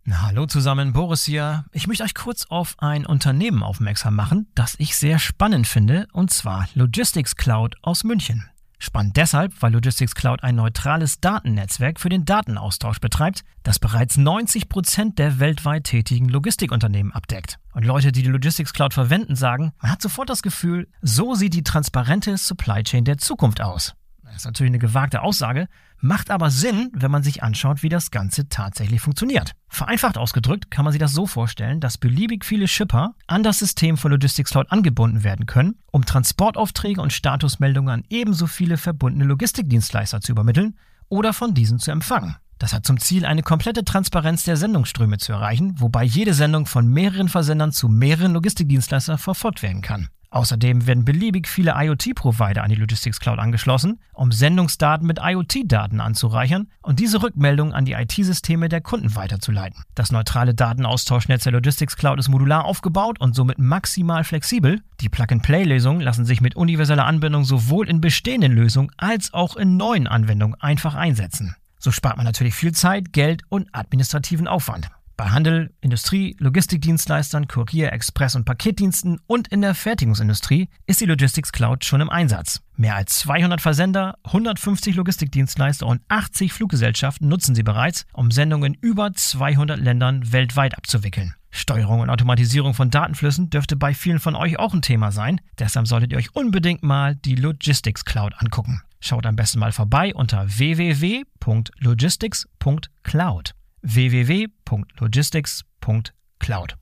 Hallo zusammen, Boris hier. Ich möchte euch kurz auf ein Unternehmen aufmerksam machen, das ich sehr spannend finde, und zwar Logistics Cloud aus München. Spannend deshalb, weil Logistics Cloud ein neutrales Datennetzwerk für den Datenaustausch betreibt, das bereits 90% der weltweit tätigen Logistikunternehmen abdeckt. Und Leute, die Logistics Cloud verwenden, sagen, man hat sofort das Gefühl, so sieht die transparente Supply Chain der Zukunft aus. Das ist natürlich eine gewagte Aussage, macht aber Sinn, wenn man sich anschaut, wie das Ganze tatsächlich funktioniert. Vereinfacht ausgedrückt kann man sich das so vorstellen, dass beliebig viele Shipper an das System von Logistics Cloud angebunden werden können, um Transportaufträge und Statusmeldungen an ebenso viele verbundene Logistikdienstleister zu übermitteln oder von diesen zu empfangen. Das hat zum Ziel, eine komplette Transparenz der Sendungsströme zu erreichen, wobei jede Sendung von mehreren Versendern zu mehreren Logistikdienstleistern verfolgt werden kann. Außerdem werden beliebig viele IoT-Provider an die Logistics Cloud angeschlossen, um Sendungsdaten mit IoT-Daten anzureichern und diese Rückmeldungen an die IT-Systeme der Kunden weiterzuleiten. Das neutrale Datenaustauschnetz der Logistics Cloud ist modular aufgebaut und somit maximal flexibel. Die Plug-and-Play-Lösungen lassen sich mit universeller Anbindung sowohl in bestehenden Lösungen als auch in neuen Anwendungen einfach einsetzen. So spart man natürlich viel Zeit, Geld und administrativen Aufwand. Bei Handel, Industrie, Logistikdienstleistern, Kurier-, Express- und Paketdiensten und in der Fertigungsindustrie ist die Logistics Cloud schon im Einsatz. Mehr als 200 Versender, 150 Logistikdienstleister und 80 Fluggesellschaften nutzen sie bereits, um Sendungen in über 200 Ländern weltweit abzuwickeln. Steuerung und Automatisierung von Datenflüssen dürfte bei vielen von euch auch ein Thema sein. Deshalb solltet ihr euch unbedingt mal die Logistics Cloud angucken. Schaut am besten mal vorbei unter www.logistics.cloud. www.logistics.cloud.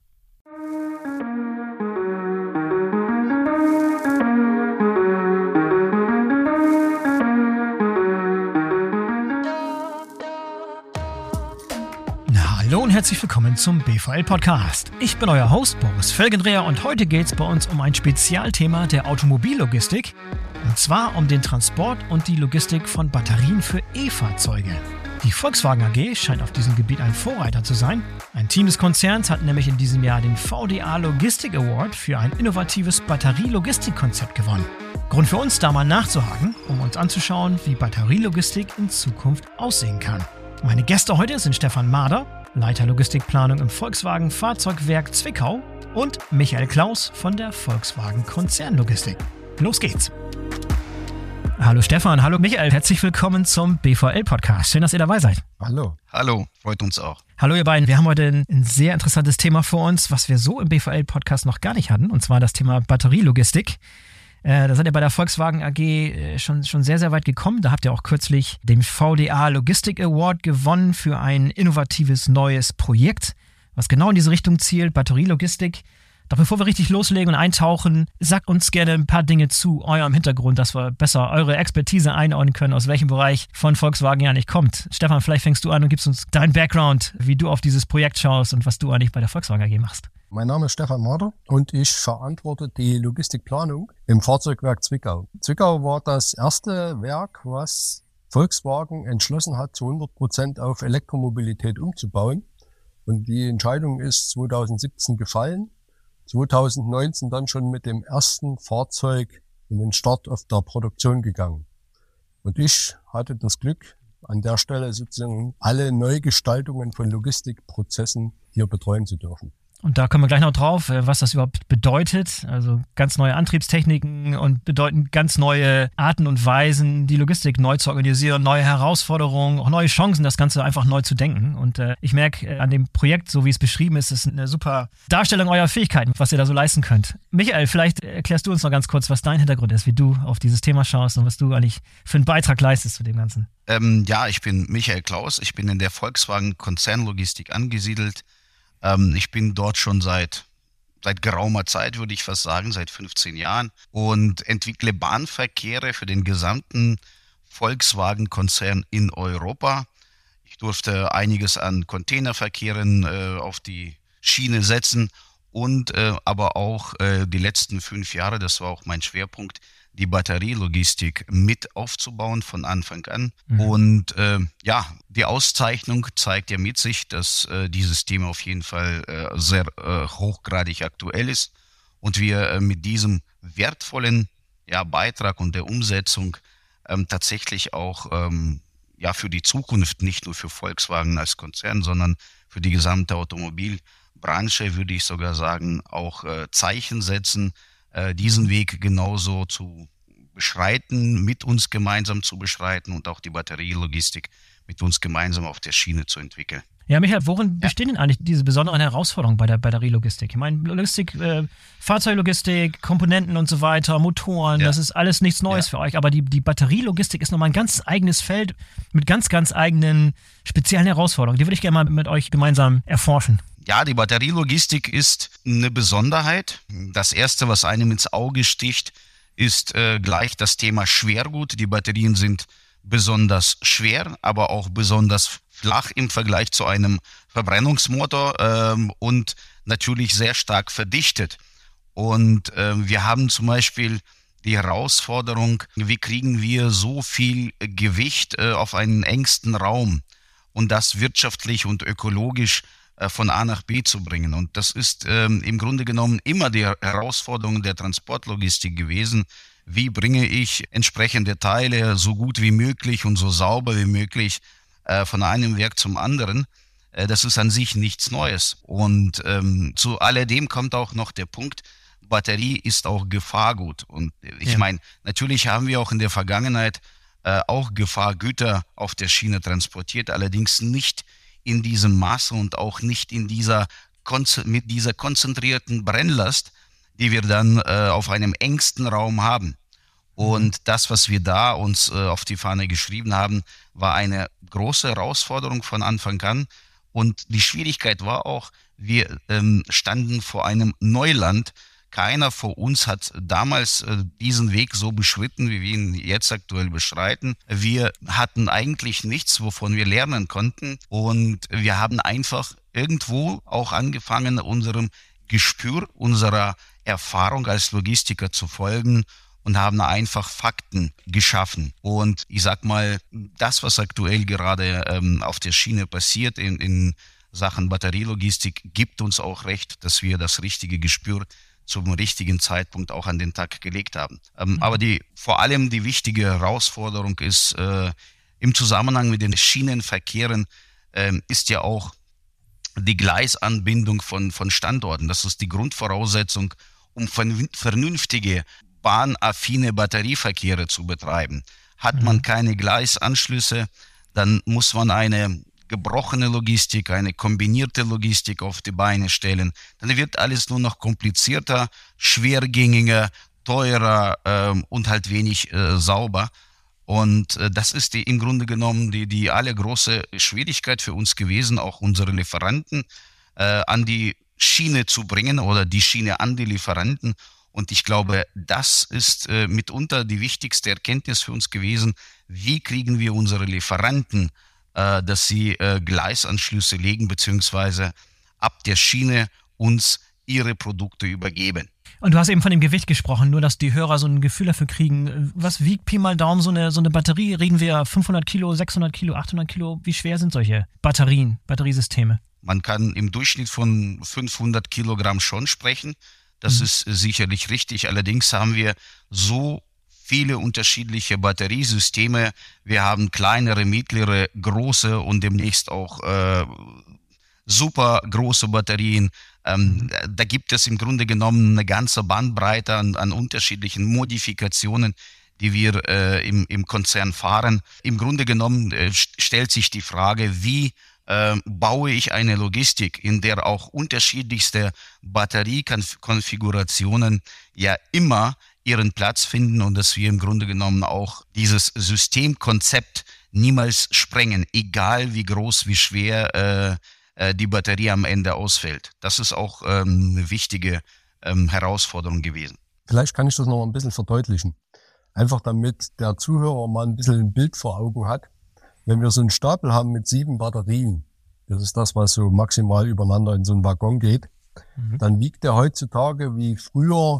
Hallo und herzlich willkommen zum BVL-Podcast. Ich bin euer Host Boris Felgendreher und heute geht es bei uns um ein Spezialthema der Automobillogistik, und zwar um den Transport und die Logistik von Batterien für E-Fahrzeuge. Die Volkswagen AG scheint auf diesem Gebiet ein Vorreiter zu sein. Ein Team des Konzerns hat nämlich in diesem Jahr den VDA Logistic Award für ein innovatives Batterielogistikkonzept gewonnen. Grund für uns, da mal nachzuhaken, um uns anzuschauen, wie Batterielogistik in Zukunft aussehen kann. Meine Gäste heute sind Stefan Mader, Leiter Logistikplanung im Volkswagen Fahrzeugwerk Zwickau, und Michael Klaus von der Volkswagen Konzernlogistik. Los geht's! Hallo Stefan, hallo Michael, herzlich willkommen zum BVL-Podcast. Schön, dass ihr dabei seid. Hallo. Hallo, freut uns auch. Hallo ihr beiden, wir haben heute ein sehr interessantes Thema vor uns, was wir so im BVL-Podcast noch gar nicht hatten, und zwar das Thema Batterielogistik. Da seid ihr bei der Volkswagen AG schon sehr, sehr weit gekommen. Da habt ihr auch kürzlich den VDA Logistic Award gewonnen für ein innovatives neues Projekt, was genau in diese Richtung zielt, Batterielogistik. Doch bevor wir richtig loslegen und eintauchen, sagt uns gerne ein paar Dinge zu eurem Hintergrund, dass wir besser eure Expertise einordnen können, aus welchem Bereich von Volkswagen ihr eigentlich kommt. Stefan, vielleicht fängst du an und gibst uns deinen Background, wie du auf dieses Projekt schaust und was du eigentlich bei der Volkswagen AG machst. Mein Name ist Stefan Mader und ich verantworte die Logistikplanung im Fahrzeugwerk Zwickau. Zwickau war das erste Werk, was Volkswagen entschlossen hat, zu 100% auf Elektromobilität umzubauen. Und die Entscheidung ist 2017 gefallen. 2019 dann schon mit dem ersten Fahrzeug in den Start auf der Produktion gegangen. Und ich hatte das Glück, an der Stelle sozusagen alle Neugestaltungen von Logistikprozessen hier betreuen zu dürfen. Und da kommen wir gleich noch drauf, was das überhaupt bedeutet. Also ganz neue Antriebstechniken und bedeuten ganz neue Arten und Weisen, die Logistik neu zu organisieren, neue Herausforderungen, auch neue Chancen, das Ganze einfach neu zu denken. Und ich merke an dem Projekt, so wie es beschrieben ist, ist eine super Darstellung eurer Fähigkeiten, was ihr da so leisten könnt. Michael, vielleicht erklärst du uns noch ganz kurz, was dein Hintergrund ist, wie du auf dieses Thema schaust und was du eigentlich für einen Beitrag leistest zu dem Ganzen. Ja, ich bin Michael Klaus. Ich bin in der Volkswagen Konzernlogistik angesiedelt. Ich bin dort schon seit geraumer Zeit, würde ich fast sagen, seit 15 Jahren und entwickle Bahnverkehre für den gesamten Volkswagen-Konzern in Europa. Ich durfte einiges an Containerverkehren auf die Schiene setzen und aber auch die letzten 5 Jahre, das war auch mein Schwerpunkt, die Batterielogistik mit aufzubauen von Anfang an. Mhm. Und die Auszeichnung zeigt ja mit sich, dass dieses Thema auf jeden Fall sehr hochgradig aktuell ist und wir mit diesem wertvollen Beitrag und der Umsetzung tatsächlich auch für die Zukunft, nicht nur für Volkswagen als Konzern, sondern für die gesamte Automobilbranche, würde ich sogar sagen, auch Zeichen setzen, diesen Weg genauso zu beschreiten, mit uns gemeinsam zu beschreiten und auch die Batterielogistik mit uns gemeinsam auf der Schiene zu entwickeln. Ja, Michael, worin bestehen denn eigentlich diese besonderen Herausforderungen bei der Batterielogistik? Ich meine, Logistik, Fahrzeuglogistik, Komponenten und so weiter, Motoren, das ist alles nichts Neues für euch. Aber die Batterielogistik ist nochmal ein ganz eigenes Feld mit ganz, ganz eigenen speziellen Herausforderungen. Die würde ich gerne mal mit euch gemeinsam erforschen. Ja, die Batterielogistik ist eine Besonderheit. Das Erste, was einem ins Auge sticht, ist gleich das Thema Schwergut. Die Batterien sind besonders schwer, aber auch besonders flach im Vergleich zu einem Verbrennungsmotor und natürlich sehr stark verdichtet. Und wir haben zum Beispiel die Herausforderung, wie kriegen wir so viel Gewicht auf einen engsten Raum und das wirtschaftlich und ökologisch von A nach B zu bringen. Und das ist im Grunde genommen immer die Herausforderung der Transportlogistik gewesen. Wie bringe ich entsprechende Teile so gut wie möglich und so sauber wie möglich von einem Werk zum anderen? Das ist an sich nichts Neues. Und zu alledem kommt auch noch der Punkt, Batterie ist auch Gefahrgut. Und ich meine, natürlich haben wir auch in der Vergangenheit auch Gefahrgüter auf der Schiene transportiert, allerdings nicht in diesem Maße und auch nicht in mit dieser konzentrierten Brennlast, die wir dann auf einem engsten Raum haben. Und das, was wir da uns auf die Fahne geschrieben haben, war eine große Herausforderung von Anfang an. Und die Schwierigkeit war auch, wir standen vor einem Neuland. Keiner vor uns hat damals diesen Weg so beschritten, wie wir ihn jetzt aktuell beschreiten. Wir hatten eigentlich nichts, wovon wir lernen konnten. Und wir haben einfach irgendwo auch angefangen, unserem Gespür, unserer Erfahrung als Logistiker zu folgen und haben einfach Fakten geschaffen. Und ich sag mal, das, was aktuell gerade auf der Schiene passiert in Sachen Batterielogistik, gibt uns auch recht, dass wir das richtige Gespür zum richtigen Zeitpunkt auch an den Tag gelegt haben. Aber vor allem die wichtige Herausforderung ist, im Zusammenhang mit den Schienenverkehren ist ja auch die Gleisanbindung von Standorten. Das ist die Grundvoraussetzung, um vernünftige bahnaffine Batterieverkehre zu betreiben. Hat man keine Gleisanschlüsse, dann muss man eine gebrochene Logistik, eine kombinierte Logistik auf die Beine stellen. Dann wird alles nur noch komplizierter, schwergängiger, teurer und halt wenig sauber. Und das ist im Grunde genommen die allergroße Schwierigkeit für uns gewesen, auch unsere Lieferanten an die Schiene zu bringen oder die Schiene an die Lieferanten. Und ich glaube, das ist mitunter die wichtigste Erkenntnis für uns gewesen. Wie kriegen wir unsere Lieferanten, dass sie Gleisanschlüsse legen, beziehungsweise ab der Schiene uns ihre Produkte übergeben? Und du hast eben von dem Gewicht gesprochen, nur dass die Hörer so ein Gefühl dafür kriegen. Was wiegt Pi mal Daumen so eine Batterie? Reden wir 500 Kilo, 600 Kilo, 800 Kilo? Wie schwer sind solche Batteriesysteme? Man kann im Durchschnitt von 500 Kilogramm schon sprechen. Das ist sicherlich richtig. Allerdings haben wir so viele unterschiedliche Batteriesysteme. Wir haben kleinere, mittlere, große und demnächst auch super große Batterien. Da gibt es im Grunde genommen eine ganze Bandbreite an unterschiedlichen Modifikationen, die wir im Konzern fahren. Im Grunde genommen stellt sich die Frage, wie baue ich eine Logistik, in der auch unterschiedlichste Batteriekonfigurationen ja immer ihren Platz finden und dass wir im Grunde genommen auch dieses Systemkonzept niemals sprengen, egal wie groß, wie schwer die Batterie am Ende ausfällt. Das ist auch eine wichtige Herausforderung gewesen. Vielleicht kann ich das noch ein bisschen verdeutlichen. Einfach damit der Zuhörer mal ein bisschen ein Bild vor Augen hat. Wenn wir so einen Stapel haben mit 7 Batterien, das ist das, was so maximal übereinander in so einen Waggon geht, dann wiegt der heutzutage wie früher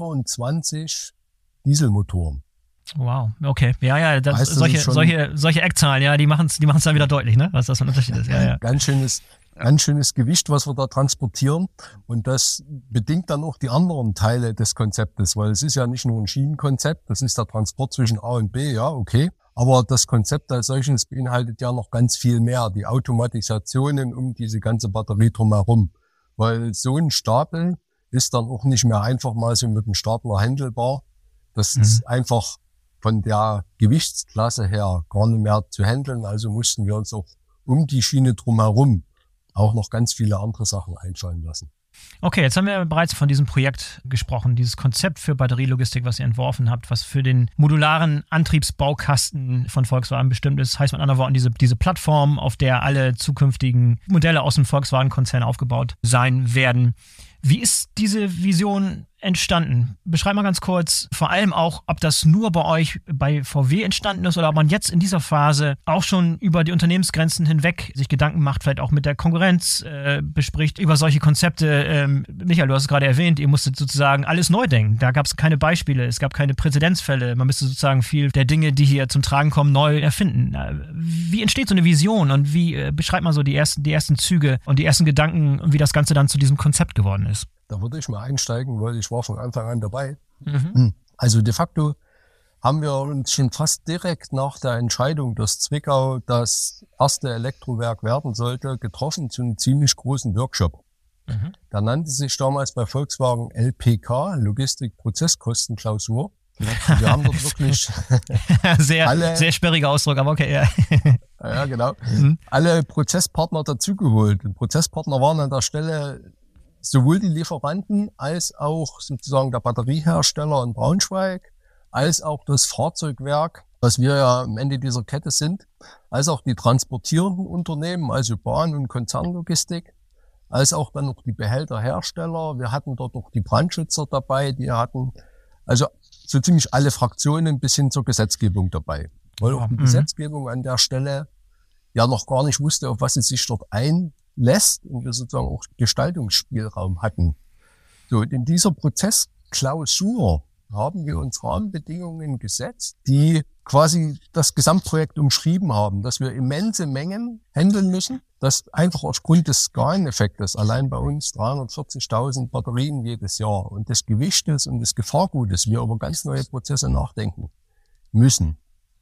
24 Dieselmotoren. Wow, okay. Ja, solche Eckzahlen, ja, die machen's dann wieder deutlich, ne? Was das für ein Unterschied ist. Ja. Ganz schönes Gewicht, was wir da transportieren. Und das bedingt dann auch die anderen Teile des Konzeptes, weil es ist ja nicht nur ein Schienenkonzept, das ist der Transport zwischen A und B, ja, okay. Aber das Konzept als solches beinhaltet ja noch ganz viel mehr, die Automatisationen um diese ganze Batterie drumherum. Weil so ein Stapel ist dann auch nicht mehr einfach mal so mit dem Stapler handelbar. Das ist einfach von der Gewichtsklasse her gar nicht mehr zu handeln. Also mussten wir uns auch um die Schiene drumherum auch noch ganz viele andere Sachen einfallen lassen. Okay, jetzt haben wir bereits von diesem Projekt gesprochen, dieses Konzept für Batterielogistik, was ihr entworfen habt, was für den modularen Antriebsbaukasten von Volkswagen bestimmt ist. Heißt mit anderen Worten, diese Plattform, auf der alle zukünftigen Modelle aus dem Volkswagen-Konzern aufgebaut sein werden. Wie ist diese Vision entstanden? Beschreib mal ganz kurz, vor allem auch, ob das nur bei euch bei VW entstanden ist oder ob man jetzt in dieser Phase auch schon über die Unternehmensgrenzen hinweg sich Gedanken macht, vielleicht auch mit der Konkurrenz bespricht, über solche Konzepte. Michael, du hast es gerade erwähnt, ihr musstet sozusagen alles neu denken. Da gab es keine Beispiele, es gab keine Präzedenzfälle. Man müsste sozusagen viel der Dinge, die hier zum Tragen kommen, neu erfinden. Wie entsteht so eine Vision und wie beschreibt man so die ersten Züge und die ersten Gedanken und wie das Ganze dann zu diesem Konzept geworden ist? Da würde ich mal einsteigen, weil ich war von Anfang an dabei. Also de facto haben wir uns schon fast direkt nach der Entscheidung, dass Zwickau das erste Elektrowerk werden sollte, getroffen zu einem ziemlich großen Workshop. Der nannte sich damals bei Volkswagen LPK, Logistik-Prozesskostenklausur. Wir haben dort wirklich sehr sperriger Ausdruck, aber okay, ja. Ja, genau. Alle Prozesspartner dazugeholt. Und Prozesspartner waren an der Stelle sowohl die Lieferanten als auch sozusagen der Batteriehersteller in Braunschweig, als auch das Fahrzeugwerk, was wir ja am Ende dieser Kette sind, als auch die transportierenden Unternehmen, also Bahn- und Konzernlogistik, als auch dann noch die Behälterhersteller. Wir hatten dort noch die Brandschützer dabei, die hatten also so ziemlich alle Fraktionen bis hin zur Gesetzgebung dabei. Weil auch die Gesetzgebung an der Stelle ja noch gar nicht wusste, auf was sie sich dort einlässt und wir sozusagen auch Gestaltungsspielraum hatten. So, und in dieser Prozessklausur haben wir uns Rahmenbedingungen gesetzt, die quasi das Gesamtprojekt umschrieben haben, dass wir immense Mengen handeln müssen, dass einfach aufgrund des Skaleneffektes allein bei uns 340.000 Batterien jedes Jahr und des Gewichtes und des Gefahrgutes wir über ganz neue Prozesse nachdenken müssen.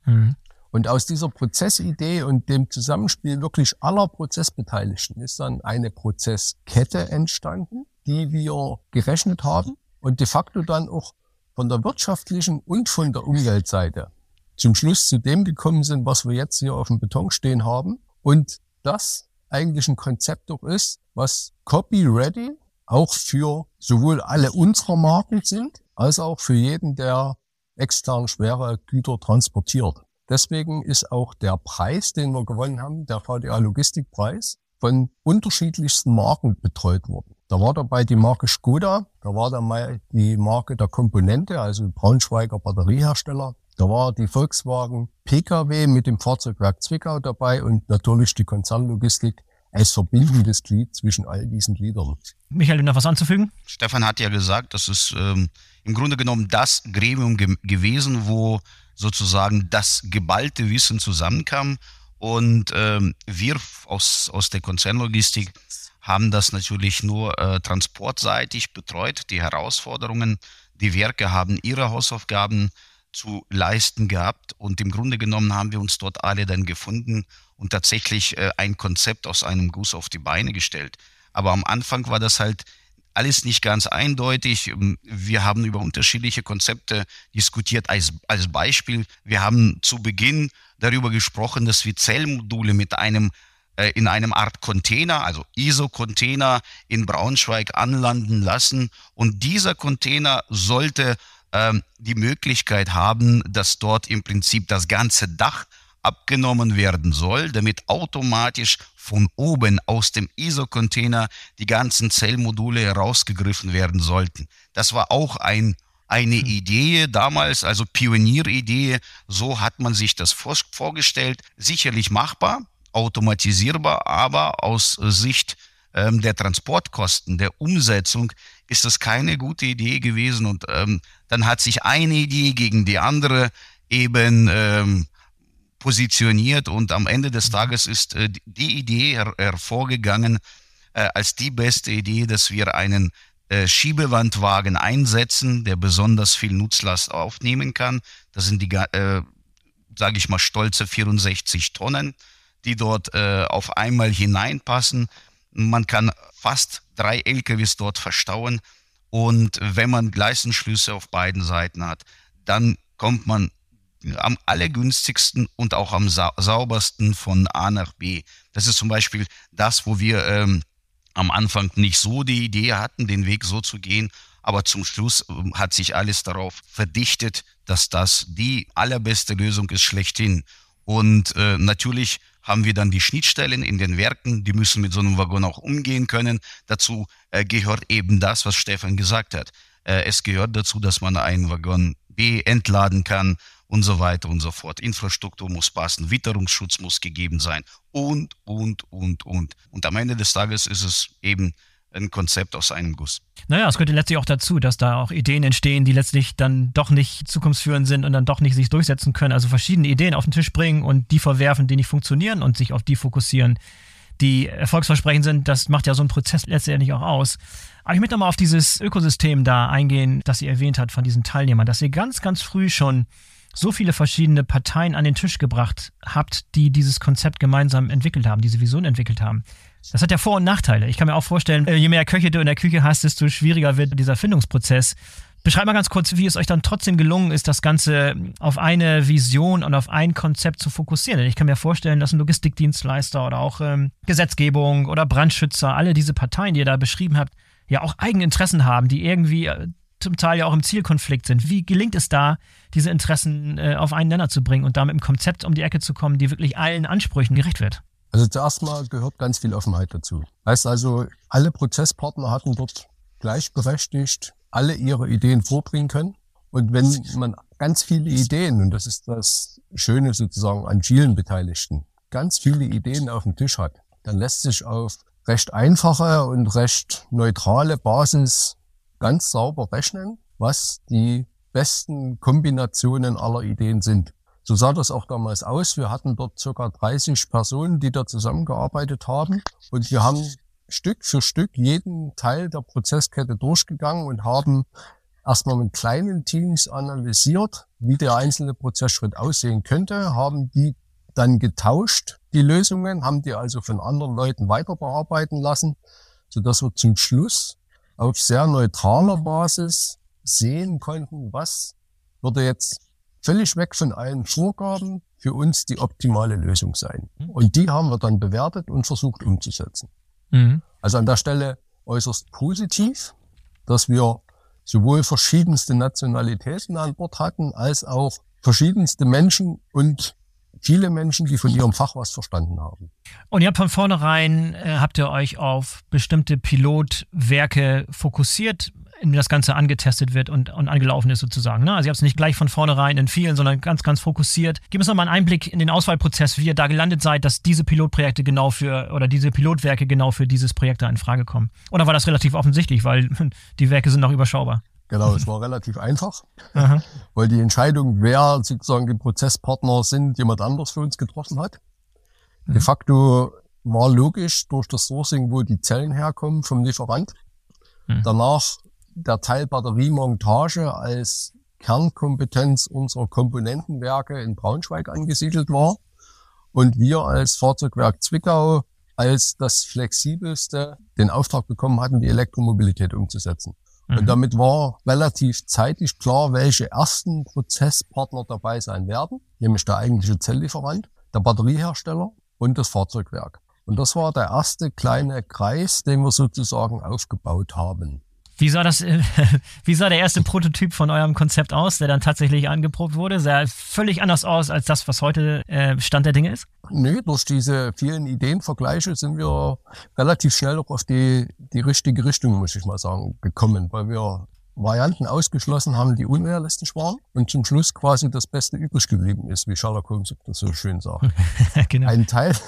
Und aus dieser Prozessidee und dem Zusammenspiel wirklich aller Prozessbeteiligten ist dann eine Prozesskette entstanden, die wir gerechnet haben und de facto dann auch von der wirtschaftlichen und von der Umweltseite zum Schluss zu dem gekommen sind, was wir jetzt hier auf dem Beton stehen haben. Und das eigentlich ein Konzept doch ist, was copy-ready auch für sowohl alle unserer Marken sind, als auch für jeden, der extern schwere Güter transportiert. Deswegen ist auch der Preis, den wir gewonnen haben, der VDA Logistikpreis, von unterschiedlichsten Marken betreut worden. Da war dabei die Marke Škoda, da war dabei die Marke der Komponente, also Braunschweiger Batteriehersteller. Da war die Volkswagen PKW mit dem Fahrzeugwerk Zwickau dabei und natürlich die Konzernlogistik als verbindendes Glied zwischen all diesen Gliedern. Michael, noch was anzufügen? Stefan hat ja gesagt, das ist im Grunde genommen das Gremium gewesen, wo sozusagen das geballte Wissen zusammenkam. Und wir aus der Konzernlogistik haben das natürlich nur transportseitig betreut, die Herausforderungen. Die Werke haben ihre Hausaufgaben zu leisten gehabt und im Grunde genommen haben wir uns dort alle dann gefunden und tatsächlich ein Konzept aus einem Guss auf die Beine gestellt. Aber am Anfang war das halt alles nicht ganz eindeutig. Wir haben über unterschiedliche Konzepte diskutiert. Als Beispiel, wir haben zu Beginn darüber gesprochen, dass wir Zellmodule in einem Art Container, also ISO-Container in Braunschweig anlanden lassen. Und dieser Container sollte die Möglichkeit haben, dass dort im Prinzip das ganze Dach abgenommen werden soll, damit automatisch von oben aus dem ISO-Container die ganzen Zellmodule herausgegriffen werden sollten. Das war auch eine Idee damals, also Pionieridee, so hat man sich das vorgestellt. Sicherlich machbar, automatisierbar, aber aus Sicht der Transportkosten, der Umsetzung ist das keine gute Idee gewesen und dann hat sich eine Idee gegen die andere eben positioniert und am Ende des Tages ist die Idee hervorgegangen als die beste Idee, dass wir einen Schiebewandwagen einsetzen, der besonders viel Nutzlast aufnehmen kann. Das sind die sage ich mal, stolze 64 Tonnen, die dort auf einmal hineinpassen. Man kann fast 3 LKWs dort verstauen. Und wenn man Gleisanschlüsse auf beiden Seiten hat, dann kommt man am allergünstigsten und auch am saubersten von A nach B. Das ist zum Beispiel das, wo wir am Anfang nicht so die Idee hatten, den Weg so zu gehen. Aber zum Schluss hat sich alles darauf verdichtet, dass das die allerbeste Lösung ist schlechthin. Und natürlich haben wir dann die Schnittstellen in den Werken, die müssen mit so einem Waggon auch umgehen können. Dazu gehört eben das, was Stefan gesagt hat. Es gehört dazu, dass man einen Waggon B entladen kann und so weiter und so fort. Infrastruktur muss passen, Witterungsschutz muss gegeben sein und. Und am Ende des Tages ist es eben ein Konzept aus einem Guss. Naja, es gehört letztlich auch dazu, dass da auch Ideen entstehen, die letztlich dann doch nicht zukunftsführend sind und dann doch nicht sich durchsetzen können. Also verschiedene Ideen auf den Tisch bringen und die verwerfen, die nicht funktionieren und sich auf die fokussieren, die erfolgsversprechend sind. Das macht ja so einen Prozess letztendlich auch aus. Aber ich möchte nochmal auf dieses Ökosystem da eingehen, das ihr erwähnt habt von diesen Teilnehmern, dass ihr ganz, ganz früh schon so viele verschiedene Parteien an den Tisch gebracht habt, die dieses Konzept gemeinsam entwickelt haben, diese Vision entwickelt haben. Das hat ja Vor- und Nachteile. Ich kann mir auch vorstellen, je mehr Köche du in der Küche hast, desto schwieriger wird dieser Findungsprozess. Beschreib mal ganz kurz, wie es euch dann trotzdem gelungen ist, das Ganze auf eine Vision und auf ein Konzept zu fokussieren. Denn ich kann mir vorstellen, dass ein Logistikdienstleister oder auch Gesetzgebung oder Brandschützer, alle diese Parteien, die ihr da beschrieben habt, ja auch eigene Interessen haben, die irgendwie zum Teil ja auch im Zielkonflikt sind. Wie gelingt es da, diese Interessen auf einen Nenner zu bringen und damit ein Konzept um die Ecke zu kommen, die wirklich allen Ansprüchen gerecht wird? Also zuerst mal gehört ganz viel Offenheit dazu. Heißt also, alle Prozesspartner hatten dort gleichberechtigt alle ihre Ideen vorbringen können. Und wenn man ganz viele Ideen, und das ist das Schöne sozusagen an vielen Beteiligten, ganz viele Ideen auf dem Tisch hat, dann lässt sich auf recht einfache und recht neutrale Basis ganz sauber rechnen, was die besten Kombinationen aller Ideen sind. So sah das auch damals aus. Wir hatten dort ca. 30 Personen, die da zusammengearbeitet haben. Und wir haben Stück für Stück jeden Teil der Prozesskette durchgegangen und haben erstmal mit kleinen Teams analysiert, wie der einzelne Prozessschritt aussehen könnte, haben die dann getauscht, die Lösungen, haben die also von anderen Leuten weiter bearbeiten lassen, sodass wir zum Schluss auf sehr neutraler Basis sehen konnten, was würde jetzt völlig weg von allen Vorgaben für uns die optimale Lösung sein. Und die haben wir dann bewertet und versucht umzusetzen. Mhm. Also an der Stelle äußerst positiv, dass wir sowohl verschiedenste Nationalitäten an Bord hatten, als auch verschiedenste Menschen und viele Menschen, die von ihrem Fach was verstanden haben. Und ihr habt von vornherein, habt ihr euch auf bestimmte Pilotwerke fokussiert, in dem das Ganze angetestet wird und angelaufen ist sozusagen. Ne? Also ihr habt es nicht gleich von vornherein in vielen, sondern ganz, ganz fokussiert. Gib uns noch mal einen Einblick in den Auswahlprozess, wie ihr da gelandet seid, dass diese Pilotprojekte diese Pilotwerke genau für dieses Projekt da in Frage kommen. Oder war das relativ offensichtlich, weil die Werke sind noch überschaubar? Genau, es war relativ einfach, weil die Entscheidung, wer sozusagen die Prozesspartner sind, jemand anders für uns getroffen hat. De facto war logisch durch das Sourcing, wo die Zellen herkommen vom Lieferant. Danach der Teil Batteriemontage als Kernkompetenz unserer Komponentenwerke in Braunschweig angesiedelt war und wir als Fahrzeugwerk Zwickau als das flexibelste den Auftrag bekommen hatten, die Elektromobilität umzusetzen. Und damit war relativ zeitig klar, welche ersten Prozesspartner dabei sein werden, nämlich der eigentliche Zelllieferant, der Batteriehersteller und das Fahrzeugwerk. Und das war der erste kleine Kreis, den wir sozusagen aufgebaut haben. Wie sah der erste Prototyp von eurem Konzept aus, der dann tatsächlich angeprobt wurde? Sah er völlig anders aus als das, was heute Stand der Dinge ist? Nö, durch diese vielen Ideenvergleiche sind wir relativ schnell auch auf die richtige Richtung, muss ich mal sagen, gekommen, weil wir Varianten ausgeschlossen haben, die unrealistisch waren und zum Schluss quasi das Beste übrig geblieben ist, wie Sherlock Holmes das so schön sagt. Genau. Ein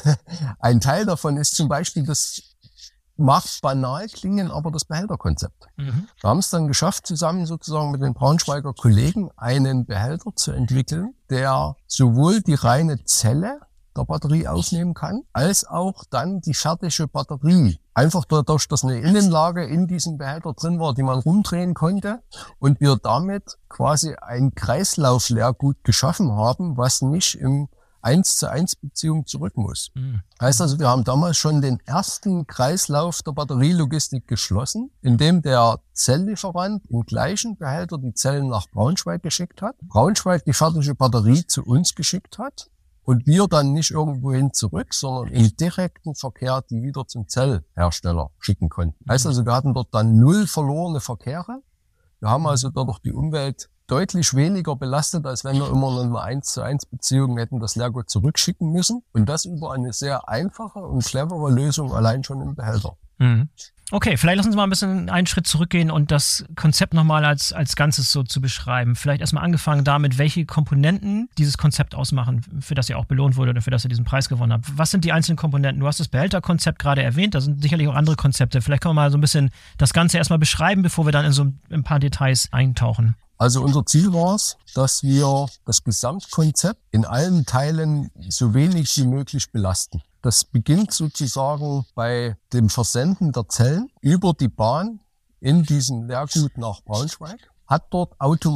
Teil davon ist zum Beispiel das mag banal klingen, aber das Behälterkonzept. Wir haben es dann geschafft, zusammen sozusagen mit den Braunschweiger Kollegen einen Behälter zu entwickeln, der sowohl die reine Zelle der Batterie aufnehmen kann, als auch dann die fertige Batterie. Einfach dadurch, dass eine Innenlage in diesem Behälter drin war, die man rumdrehen konnte und wir damit quasi ein Kreislaufleergut geschaffen haben, was nicht im 1:1 Beziehung zurück muss. Heißt also, wir haben damals schon den ersten Kreislauf der Batterielogistik geschlossen, indem der Zelllieferant im gleichen Behälter die Zellen nach Braunschweig geschickt hat, Braunschweig die fertige Batterie zu uns geschickt hat und wir dann nicht irgendwohin zurück, sondern im direkten Verkehr die wieder zum Zellhersteller schicken konnten. Heißt also, wir hatten dort dann 0 verlorene Verkehre. Wir haben also dadurch die Umwelt deutlich weniger belastet, als wenn wir immer noch eine 1:1 Beziehung hätten das Leergut zurückschicken müssen. Und das über eine sehr einfache und clevere Lösung allein schon im Behälter. Okay, vielleicht lassen Sie mal ein bisschen einen Schritt zurückgehen und das Konzept nochmal als Ganzes so zu beschreiben. Vielleicht erstmal angefangen damit, welche Komponenten dieses Konzept ausmachen, für das ihr auch belohnt wurde oder für das ihr diesen Preis gewonnen habt. Was sind die einzelnen Komponenten? Du hast das Behälterkonzept gerade erwähnt, da sind sicherlich auch andere Konzepte. Vielleicht können wir mal so ein bisschen das Ganze erstmal beschreiben, bevor wir dann in so ein paar Details eintauchen. Also unser Ziel war es, dass wir das Gesamtkonzept in allen Teilen so wenig wie möglich belasten. Das beginnt sozusagen bei dem Versenden der Zellen über die Bahn in diesem Leergut nach Braunschweig, hat dort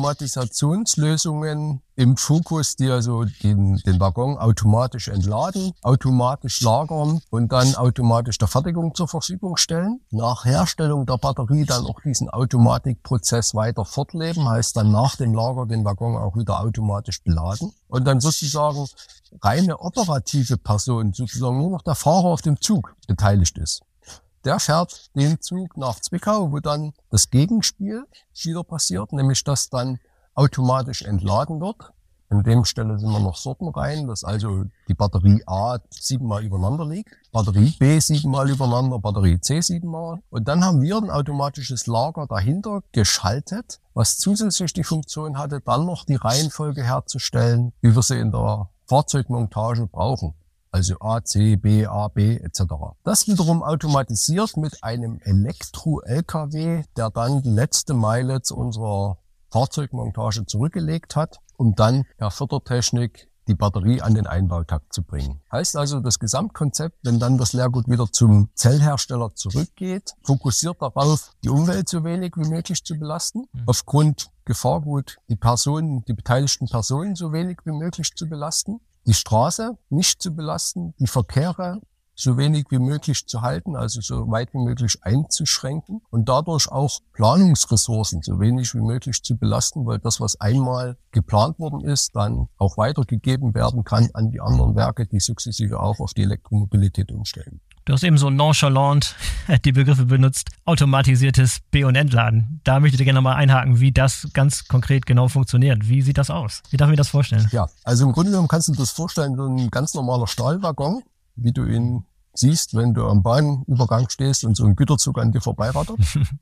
Automatisationslösungen im Fokus, die also den Waggon automatisch entladen, automatisch lagern und dann automatisch der Fertigung zur Verfügung stellen. Nach Herstellung der Batterie dann auch diesen Automatikprozess weiter fortleben, heißt dann nach dem Lager den Waggon auch wieder automatisch beladen. Und dann sozusagen reine operative Person, sozusagen nur noch der Fahrer auf dem Zug beteiligt ist. Der fährt den Zug nach Zwickau, wo dann das Gegenspiel wieder passiert, nämlich dass dann automatisch entladen wird. An dem Stelle sind wir noch Sorten rein, dass also die Batterie A 7-mal übereinander liegt, Batterie B 7-mal übereinander, Batterie C 7-mal. Und dann haben wir ein automatisches Lager dahinter geschaltet, was zusätzlich die Funktion hatte, dann noch die Reihenfolge herzustellen, wie wir sie in der Fahrzeugmontage brauchen. Also A, C, B, A, B etc. Das wiederum automatisiert mit einem Elektro-LKW, der dann die letzte Meile zu unserer Fahrzeugmontage zurückgelegt hat, um dann per Fördertechnik die Batterie an den Einbautakt zu bringen. Heißt also, das Gesamtkonzept, wenn dann das Leergut wieder zum Zellhersteller zurückgeht, fokussiert darauf, die Umwelt so wenig wie möglich zu belasten, aufgrund Gefahrgut die beteiligten Personen so wenig wie möglich zu belasten, die Straße nicht zu belasten, die Verkehre so wenig wie möglich zu halten, also so weit wie möglich einzuschränken und dadurch auch Planungsressourcen so wenig wie möglich zu belasten, weil das, was einmal geplant worden ist, dann auch weitergegeben werden kann an die anderen Werke, die sukzessive auch auf die Elektromobilität umstellen. Du hast eben so nonchalant die Begriffe benutzt, automatisiertes B- und Entladen. Da möchte ich gerne nochmal einhaken, wie das ganz konkret genau funktioniert. Wie sieht das aus? Wie darf ich mir das vorstellen? Ja, also im Grunde genommen kannst du dir das vorstellen, so ein ganz normaler Stahlwaggon, wie du ihn siehst, wenn du am Bahnübergang stehst und so ein Güterzug an dir vorbeirattert,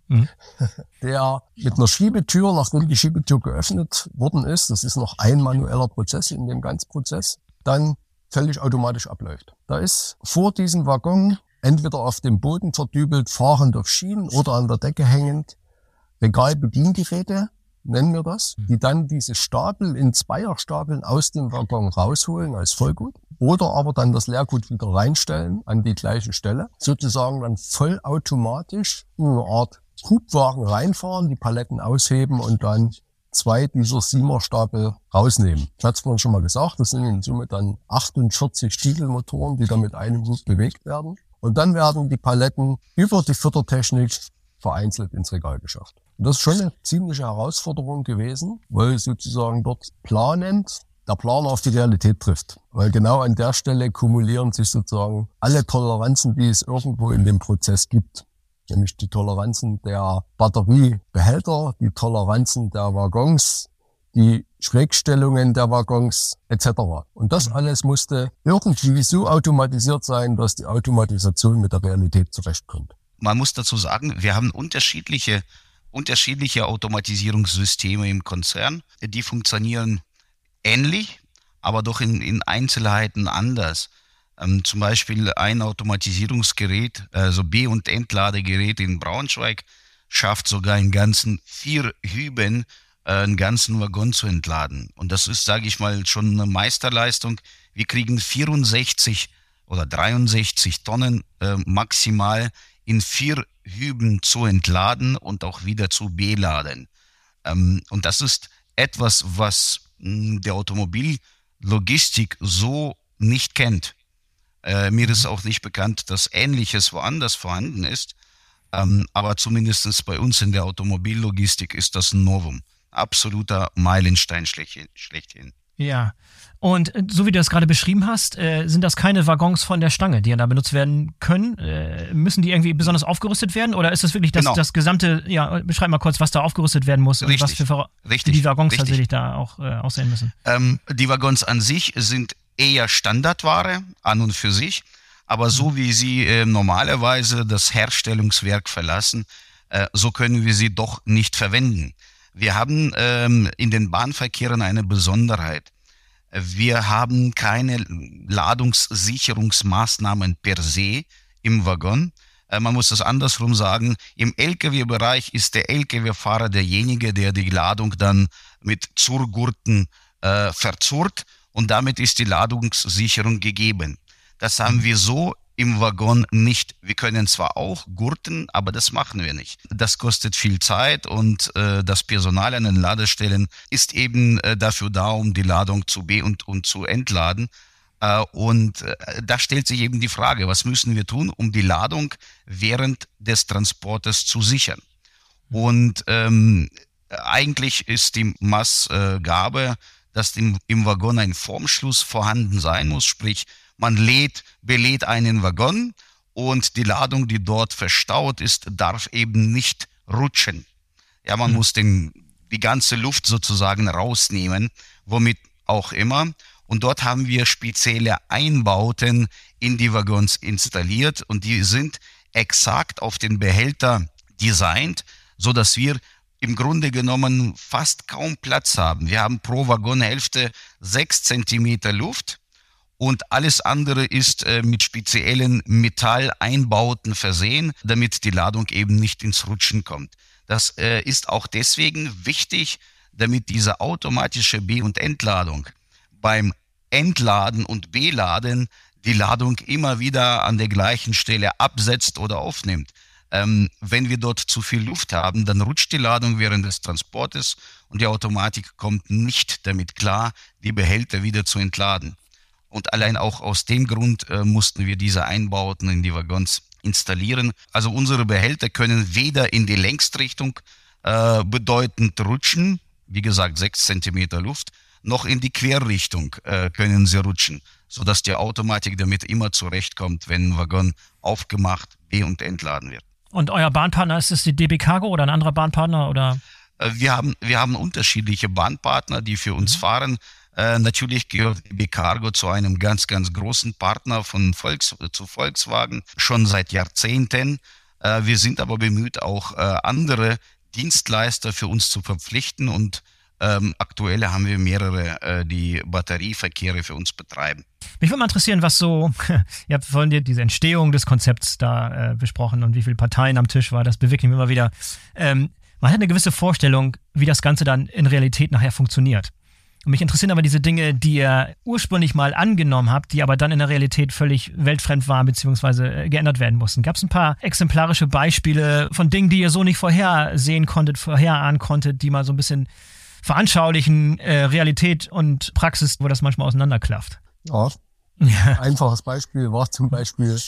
der mit einer Schiebetür, nachdem die Schiebetür geöffnet worden ist, das ist noch ein manueller Prozess in dem ganzen Prozess, dann völlig automatisch abläuft. Da ist vor diesem Waggon entweder auf dem Boden verdübelt, fahrend auf Schienen oder an der Decke hängend Regalbediengeräte, nennen wir das, die dann diese Stapel in Zweierstapeln aus dem Waggon rausholen als Vollgut oder aber dann das Leergut wieder reinstellen an die gleiche Stelle, sozusagen dann vollautomatisch in eine Art Hubwagen reinfahren, die Paletten ausheben und dann 2 dieser 7er-Stapel rausnehmen. Das hat's vorhin schon mal gesagt, das sind in Summe dann 48 Dieselmotoren, die dann mit einem Hub bewegt werden. Und dann werden die Paletten über die Fördertechnik vereinzelt ins Regal geschafft. Und das ist schon eine ziemliche Herausforderung gewesen, weil sozusagen dort der Planer auf die Realität trifft. Weil genau an der Stelle kumulieren sich sozusagen alle Toleranzen, die es irgendwo in dem Prozess gibt. Nämlich die Toleranzen der Batteriebehälter, die Toleranzen der Waggons, die Schrägstellungen der Waggons etc. Und das alles musste irgendwie so automatisiert sein, dass die Automatisation mit der Realität zurechtkommt. Man muss dazu sagen, wir haben unterschiedliche Automatisierungssysteme im Konzern. Die funktionieren ähnlich, aber doch in Einzelheiten anders. Zum Beispiel ein Automatisierungsgerät, also B- und Entladegerät in Braunschweig, schafft sogar in ganzen 4 Hüben einen ganzen Waggon zu entladen. Und das ist, sage ich mal, schon eine Meisterleistung. Wir kriegen 64 oder 63 Tonnen maximal in 4 Hüben zu entladen und auch wieder zu beladen. Und das ist etwas, was der Automobillogistik so nicht kennt. Mir ist auch nicht bekannt, dass Ähnliches woanders vorhanden ist. Aber zumindest bei uns in der Automobillogistik ist das ein Novum. Absoluter Meilenstein schlechthin. Ja, und so wie du das gerade beschrieben hast, sind das keine Waggons von der Stange, die da benutzt werden können? Müssen die irgendwie besonders aufgerüstet werden? Oder ist das wirklich das gesamte, beschreib mal kurz, was da aufgerüstet werden muss und was für die Waggons tatsächlich da auch aussehen müssen? Die Waggons an sich sind eher Standardware an und für sich, aber so wie sie normalerweise das Herstellungswerk verlassen, so können wir sie doch nicht verwenden. Wir haben in den Bahnverkehren eine Besonderheit. Wir haben keine Ladungssicherungsmaßnahmen per se im Waggon. Man muss das andersrum sagen. Im Lkw-Bereich ist der Lkw-Fahrer derjenige, der die Ladung dann mit Zurgurten verzurrt und damit ist die Ladungssicherung gegeben. Das haben wir so im Waggon nicht. Wir können zwar auch gurten, aber das machen wir nicht. Das kostet viel Zeit und das Personal an den Ladestellen ist eben dafür da, um die Ladung zu und zu entladen. Und da stellt sich eben die Frage, was müssen wir tun, um die Ladung während des Transportes zu sichern? Und eigentlich ist die Maßgabe, dass im Waggon ein Formschluss vorhanden sein muss, sprich man belädt einen Waggon und die Ladung, die dort verstaut ist, darf eben nicht rutschen. Ja, man muss die ganze Luft sozusagen rausnehmen, womit auch immer. Und dort haben wir spezielle Einbauten in die Waggons installiert und die sind exakt auf den Behälter designt, so dass wir im Grunde genommen fast kaum Platz haben. Wir haben pro Waggonhälfte 6 Zentimeter Luft. Und alles andere ist mit speziellen Metalleinbauten versehen, damit die Ladung eben nicht ins Rutschen kommt. Das ist auch deswegen wichtig, damit diese automatische Be- und Entladung beim Entladen und Beladen die Ladung immer wieder an der gleichen Stelle absetzt oder aufnimmt. Wenn wir dort zu viel Luft haben, dann rutscht die Ladung während des Transportes und die Automatik kommt nicht damit klar, die Behälter wieder zu entladen. Und allein auch aus dem Grund mussten wir diese Einbauten in die Waggons installieren. Also unsere Behälter können weder in die Längstrichtung bedeutend rutschen, wie gesagt 6 Zentimeter Luft, noch in die Querrichtung können sie rutschen, sodass die Automatik damit immer zurechtkommt, wenn ein Waggon aufgemacht, be- und entladen wird. Und euer Bahnpartner, ist es die DB Cargo oder ein anderer Bahnpartner? Oder? Wir haben unterschiedliche Bahnpartner, die für uns fahren. Natürlich gehört DB Cargo zu einem ganz, ganz großen Partner zu Volkswagen, schon seit Jahrzehnten. Wir sind aber bemüht, auch andere Dienstleister für uns zu verpflichten und aktuell haben wir mehrere, die Batterieverkehre für uns betreiben. Mich würde mal interessieren, was so, ihr habt vorhin diese Entstehung des Konzepts da besprochen und wie viele Parteien am Tisch war, das bewegt mich immer wieder. Man hat eine gewisse Vorstellung, wie das Ganze dann in Realität nachher funktioniert. Und mich interessieren aber diese Dinge, die ihr ursprünglich mal angenommen habt, die aber dann in der Realität völlig weltfremd waren bzw. geändert werden mussten. Gab es ein paar exemplarische Beispiele von Dingen, die ihr so nicht vorherahnen konntet, die mal so ein bisschen veranschaulichen, Realität und Praxis, wo das manchmal auseinanderklafft? Ja, einfaches Beispiel war zum Beispiel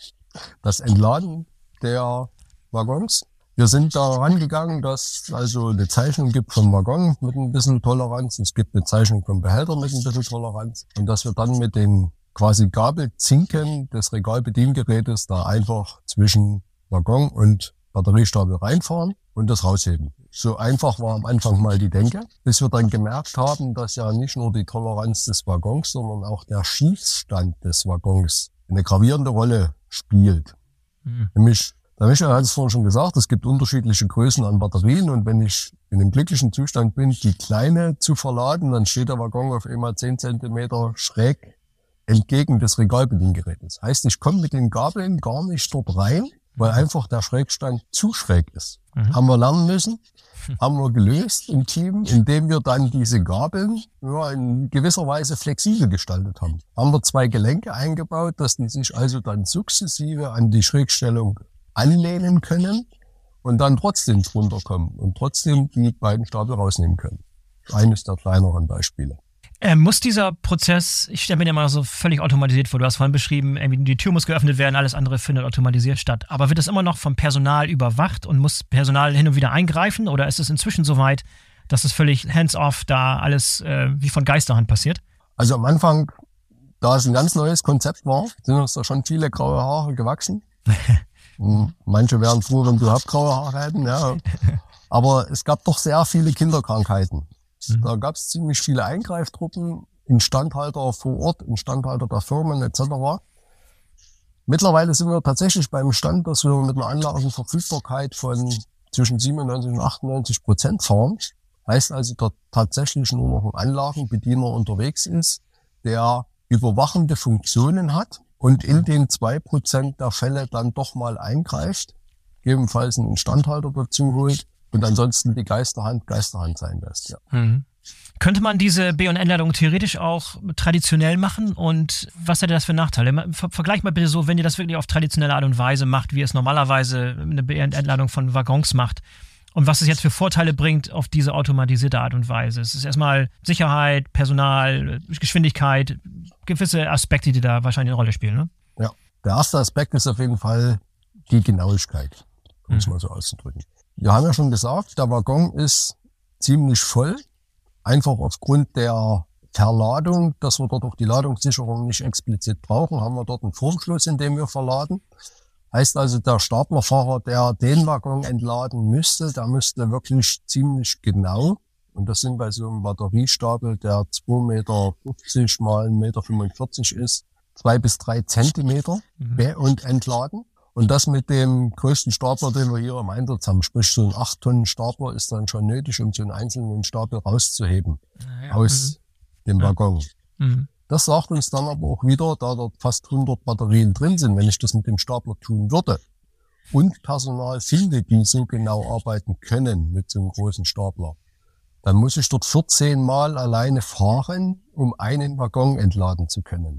das Entladen der Waggons. Wir sind da rangegangen, dass es also eine Zeichnung gibt vom Waggon mit ein bisschen Toleranz. Es gibt eine Zeichnung vom Behälter mit ein bisschen Toleranz. Und dass wir dann mit den quasi Gabelzinken des Regalbediengerätes da einfach zwischen Waggon und Batteriestapel reinfahren und das rausheben. So einfach war am Anfang mal die Denke, bis wir dann gemerkt haben, dass ja nicht nur die Toleranz des Waggons, sondern auch der Schießstand des Waggons eine gravierende Rolle spielt. Nämlich, der Michael hat es vorhin schon gesagt, es gibt unterschiedliche Größen an Batterien und wenn ich in einem glücklichen Zustand bin, die kleine zu verladen, dann steht der Waggon auf einmal 10 Zentimeter schräg entgegen des Regalbediengerätes. Heißt, ich komme mit den Gabeln gar nicht dort rein weil einfach der Schrägstand zu schräg ist. Haben wir lernen müssen, haben wir gelöst im Team, indem wir dann diese Gabeln in gewisser Weise flexibel gestaltet haben. Haben wir 2 Gelenke eingebaut, dass die sich also dann sukzessive an die Schrägstellung anlehnen können und dann trotzdem drunter kommen und trotzdem die beiden Stapel rausnehmen können. Eines der kleineren Beispiele. Muss dieser Prozess, ich stelle mir den mal so völlig automatisiert vor, du hast vorhin beschrieben, die Tür muss geöffnet werden, alles andere findet automatisiert statt. Aber wird das immer noch vom Personal überwacht und muss Personal hin und wieder eingreifen? Oder ist es inzwischen so weit, dass es völlig hands-off da alles wie von Geisterhand passiert? Also am Anfang, da es ein ganz neues Konzept war, sind uns da schon viele graue Haare gewachsen. Manche wären froh, wenn du überhaupt graue Haare hätten, ja. Aber es gab doch sehr viele Kinderkrankheiten. Da gab es ziemlich viele Eingreiftruppen, Instandhalter vor Ort, Instandhalter der Firmen etc. Mittlerweile sind wir tatsächlich beim Stand, dass wir mit einer Anlagenverfügbarkeit von zwischen 97 und 98% fahren. Heißt also, dass tatsächlich nur noch ein Anlagenbediener unterwegs ist, der überwachende Funktionen hat und in den 2% der Fälle dann doch mal eingreift, gegebenenfalls einen Instandhalter dazu holt und ansonsten die Geisterhand sein lässt. Ja. Könnte man diese B&N-Ladung theoretisch auch traditionell machen und was hätte das für Nachteile? Vergleich mal bitte so, wenn ihr das wirklich auf traditionelle Art und Weise macht, wie es normalerweise eine B&N-Ladung von Waggons macht und was es jetzt für Vorteile bringt auf diese automatisierte Art und Weise. Es ist erstmal Sicherheit, Personal, Geschwindigkeit, gewisse Aspekte, die da wahrscheinlich eine Rolle spielen, ne? Ja, der erste Aspekt ist auf jeden Fall die Genauigkeit, um es mal so auszudrücken. Wir haben ja schon gesagt, der Waggon ist ziemlich voll, einfach aufgrund der Verladung, dass wir dort auch die Ladungssicherung nicht explizit brauchen, haben wir dort einen Formschluss, in dem wir verladen. Heißt also, der Staplerfahrer, der den Waggon entladen müsste, der müsste wirklich ziemlich genau, und das sind bei so einem Batteriestapel, der 2,50 Meter mal 1,45 Meter ist, 2 bis 3 Zentimeter be- und entladen. Und das mit dem größten Stapler, den wir hier im Einsatz haben, sprich so ein 8-Tonnen-Stapler ist dann schon nötig, um so einen einzelnen Stapel rauszuheben aus dem Waggon. Das sagt uns dann aber auch wieder, da dort fast 100 Batterien drin sind, wenn ich das mit dem Stapler tun würde und Personal finde, die so genau arbeiten können mit so einem großen Stapler, dann muss ich dort 14 Mal alleine fahren, um einen Waggon entladen zu können.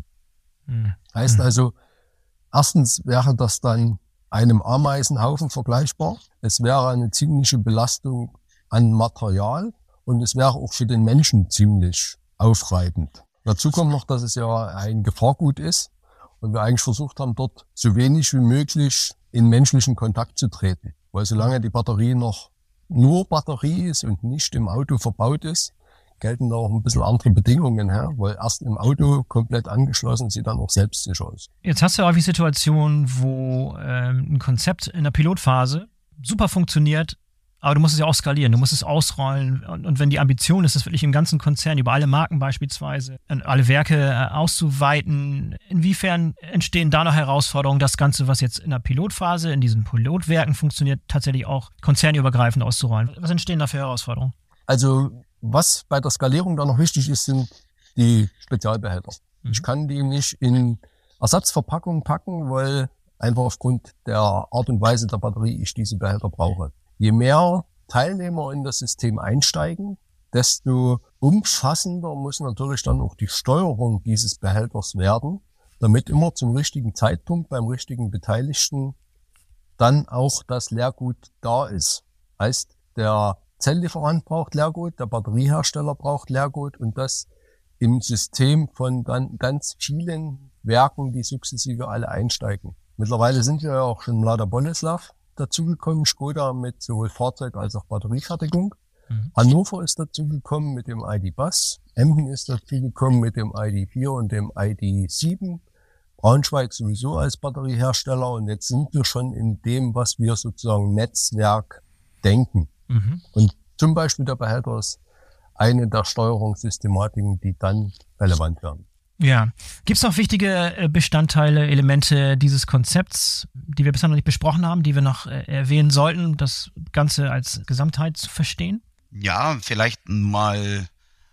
Heißt also, erstens wäre das dann einem Ameisenhaufen vergleichbar. Es wäre eine ziemliche Belastung an Material und es wäre auch für den Menschen ziemlich aufreibend. Dazu kommt noch, dass es ja ein Gefahrgut ist und wir eigentlich versucht haben, dort so wenig wie möglich in menschlichen Kontakt zu treten. Weil solange die Batterie noch nur Batterie ist und nicht im Auto verbaut ist, gelten da auch ein bisschen andere Bedingungen her, weil erst im Auto komplett angeschlossen sie dann auch selbstsicher ist. Jetzt hast du ja häufig Situationen, wo ein Konzept in der Pilotphase super funktioniert, aber du musst es ja auch skalieren, du musst es ausrollen und wenn die Ambition ist, das wirklich im ganzen Konzern, über alle Marken beispielsweise, alle Werke auszuweiten, inwiefern entstehen da noch Herausforderungen, das Ganze, was jetzt in der Pilotphase, in diesen Pilotwerken funktioniert, tatsächlich auch konzernübergreifend auszurollen? Was entstehen da für Herausforderungen? Also was bei der Skalierung da noch wichtig ist, sind die Spezialbehälter. Ich kann die nicht in Ersatzverpackungen packen, weil einfach aufgrund der Art und Weise der Batterie ich diese Behälter brauche. Je mehr Teilnehmer in das System einsteigen, desto umfassender muss natürlich dann auch die Steuerung dieses Behälters werden, damit immer zum richtigen Zeitpunkt beim richtigen Beteiligten dann auch das Leergut da ist. Heißt, der Zelllieferant braucht Leergut, der Batteriehersteller braucht Leergut und das im System von dann ganz vielen Werken, die sukzessive alle einsteigen. Mittlerweile sind wir ja auch schon im Lada Boleslav dazugekommen, Skoda mit sowohl Fahrzeug als auch Batteriefertigung. Hannover ist dazugekommen mit dem ID.Buzz, Emden ist dazugekommen mit dem ID.4 und dem ID.7, Braunschweig sowieso als Batteriehersteller und jetzt sind wir schon in dem, was wir sozusagen Netzwerk denken. Und zum Beispiel der Behälter ist eine der Steuerungssystematiken, die dann relevant werden. Ja. Gibt es noch wichtige Bestandteile, Elemente dieses Konzepts, die wir bisher noch nicht besprochen haben, die wir noch erwähnen sollten, um das Ganze als Gesamtheit zu verstehen? Ja, vielleicht mal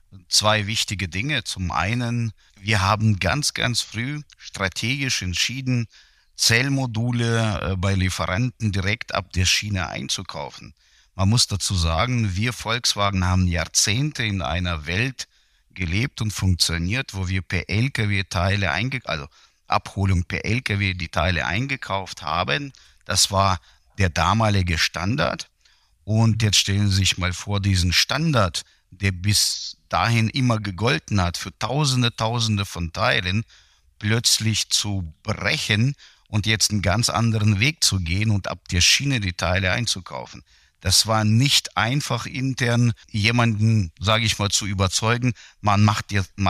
2 wichtige Dinge. Zum einen, wir haben ganz, ganz früh strategisch entschieden, Zellmodule bei Lieferanten direkt ab der Schiene einzukaufen. Man muss dazu sagen, wir Volkswagen haben Jahrzehnte in einer Welt gelebt und funktioniert, wo wir per LKW also Abholung per LKW die Teile eingekauft haben. Das war der damalige Standard. Und jetzt stellen Sie sich mal vor, diesen Standard, der bis dahin immer gegolten hat, für Tausende von Teilen, plötzlich zu brechen und jetzt einen ganz anderen Weg zu gehen und ab der Schiene die Teile einzukaufen. Das war nicht einfach intern jemanden, sage ich mal, zu überzeugen, man macht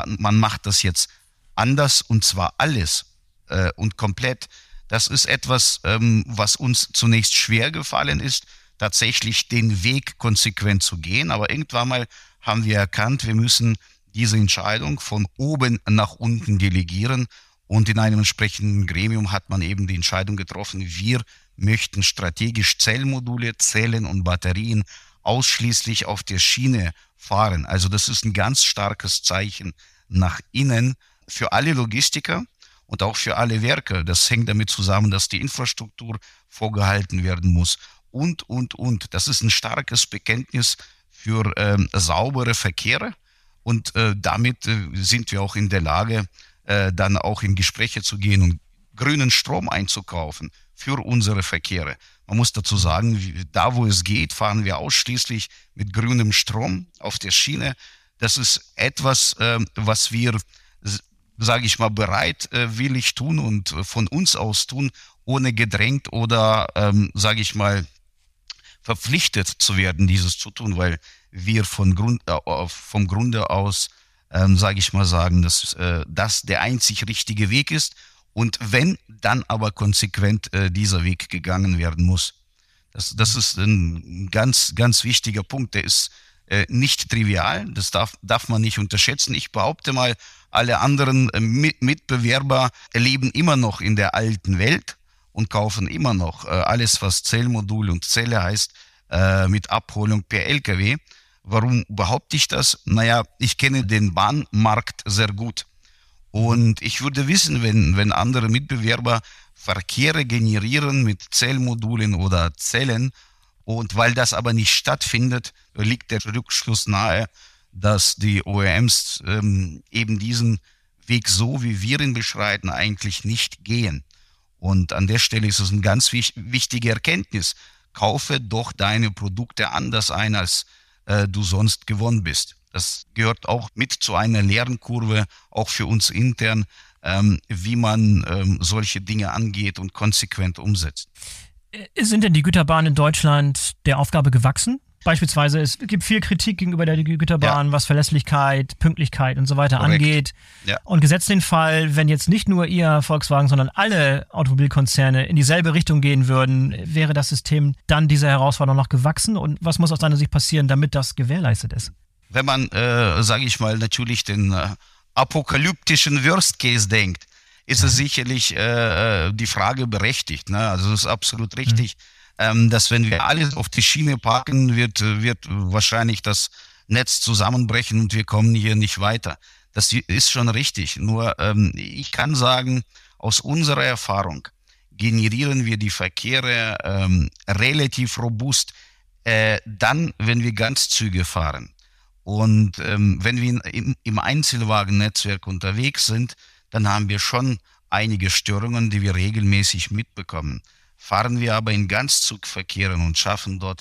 das jetzt anders und zwar alles und komplett. Das ist etwas, was uns zunächst schwer gefallen ist, tatsächlich den Weg konsequent zu gehen. Aber irgendwann mal haben wir erkannt, wir müssen diese Entscheidung von oben nach unten delegieren. Und in einem entsprechenden Gremium hat man eben die Entscheidung getroffen, wir möchten strategisch Zellmodule, Zellen und Batterien ausschließlich auf der Schiene fahren. Also das ist ein ganz starkes Zeichen nach innen für alle Logistiker und auch für alle Werke. Das hängt damit zusammen, dass die Infrastruktur vorgehalten werden muss und. Das ist ein starkes Bekenntnis für saubere Verkehre und damit sind wir auch in der Lage, dann auch in Gespräche zu gehen und grünen Strom einzukaufen für unsere Verkehre. Man muss dazu sagen, da wo es geht, fahren wir ausschließlich mit grünem Strom auf der Schiene. Das ist etwas, was wir, sage ich mal, bereitwillig tun und von uns aus tun, ohne gedrängt oder, sage ich mal, verpflichtet zu werden, dieses zu tun, weil wir vom Grunde aus, sage ich mal, sagen, dass das der einzig richtige Weg ist. Und wenn, dann aber konsequent dieser Weg gegangen werden muss. Das ist ein ganz, ganz wichtiger Punkt. Der ist nicht trivial. Das darf man nicht unterschätzen. Ich behaupte mal, alle anderen Mitbewerber leben immer noch in der alten Welt und kaufen immer noch alles, was Zellmodul und Zelle heißt, mit Abholung per LKW. Warum behaupte ich das? Naja, ich kenne den Bahnmarkt sehr gut. Und ich würde wissen, wenn andere Mitbewerber Verkehre generieren mit Zellmodulen oder Zellen und weil das aber nicht stattfindet, liegt der Rückschluss nahe, dass die OEMs eben diesen Weg so, wie wir ihn beschreiten, eigentlich nicht gehen. Und an der Stelle ist es eine ganz wichtige Erkenntnis. Kaufe doch deine Produkte anders ein, als du sonst gewohnt bist. Das gehört auch mit zu einer Lernkurve, auch für uns intern, wie man solche Dinge angeht und konsequent umsetzt. Sind denn die Güterbahnen in Deutschland der Aufgabe gewachsen? Beispielsweise, es gibt viel Kritik gegenüber der Güterbahn, was Verlässlichkeit, Pünktlichkeit und so weiter angeht. Ja. Und gesetzt den Fall, wenn jetzt nicht nur ihr Volkswagen, sondern alle Automobilkonzerne in dieselbe Richtung gehen würden, wäre das System dann dieser Herausforderung noch gewachsen? Und was muss aus deiner Sicht passieren, damit das gewährleistet ist? Wenn man, sage ich mal, natürlich den apokalyptischen Worst Case denkt, ist es sicherlich die Frage berechtigt. Ne? Also es ist absolut richtig, dass wenn wir alles auf die Schiene packen, wird wahrscheinlich das Netz zusammenbrechen und wir kommen hier nicht weiter. Das ist schon richtig. Nur ich kann sagen, aus unserer Erfahrung generieren wir die Verkehre relativ robust, dann, wenn wir Ganzzüge fahren. Und wenn wir im Einzelwagennetzwerk unterwegs sind, dann haben wir schon einige Störungen, die wir regelmäßig mitbekommen. Fahren wir aber in Ganzzugverkehren und schaffen dort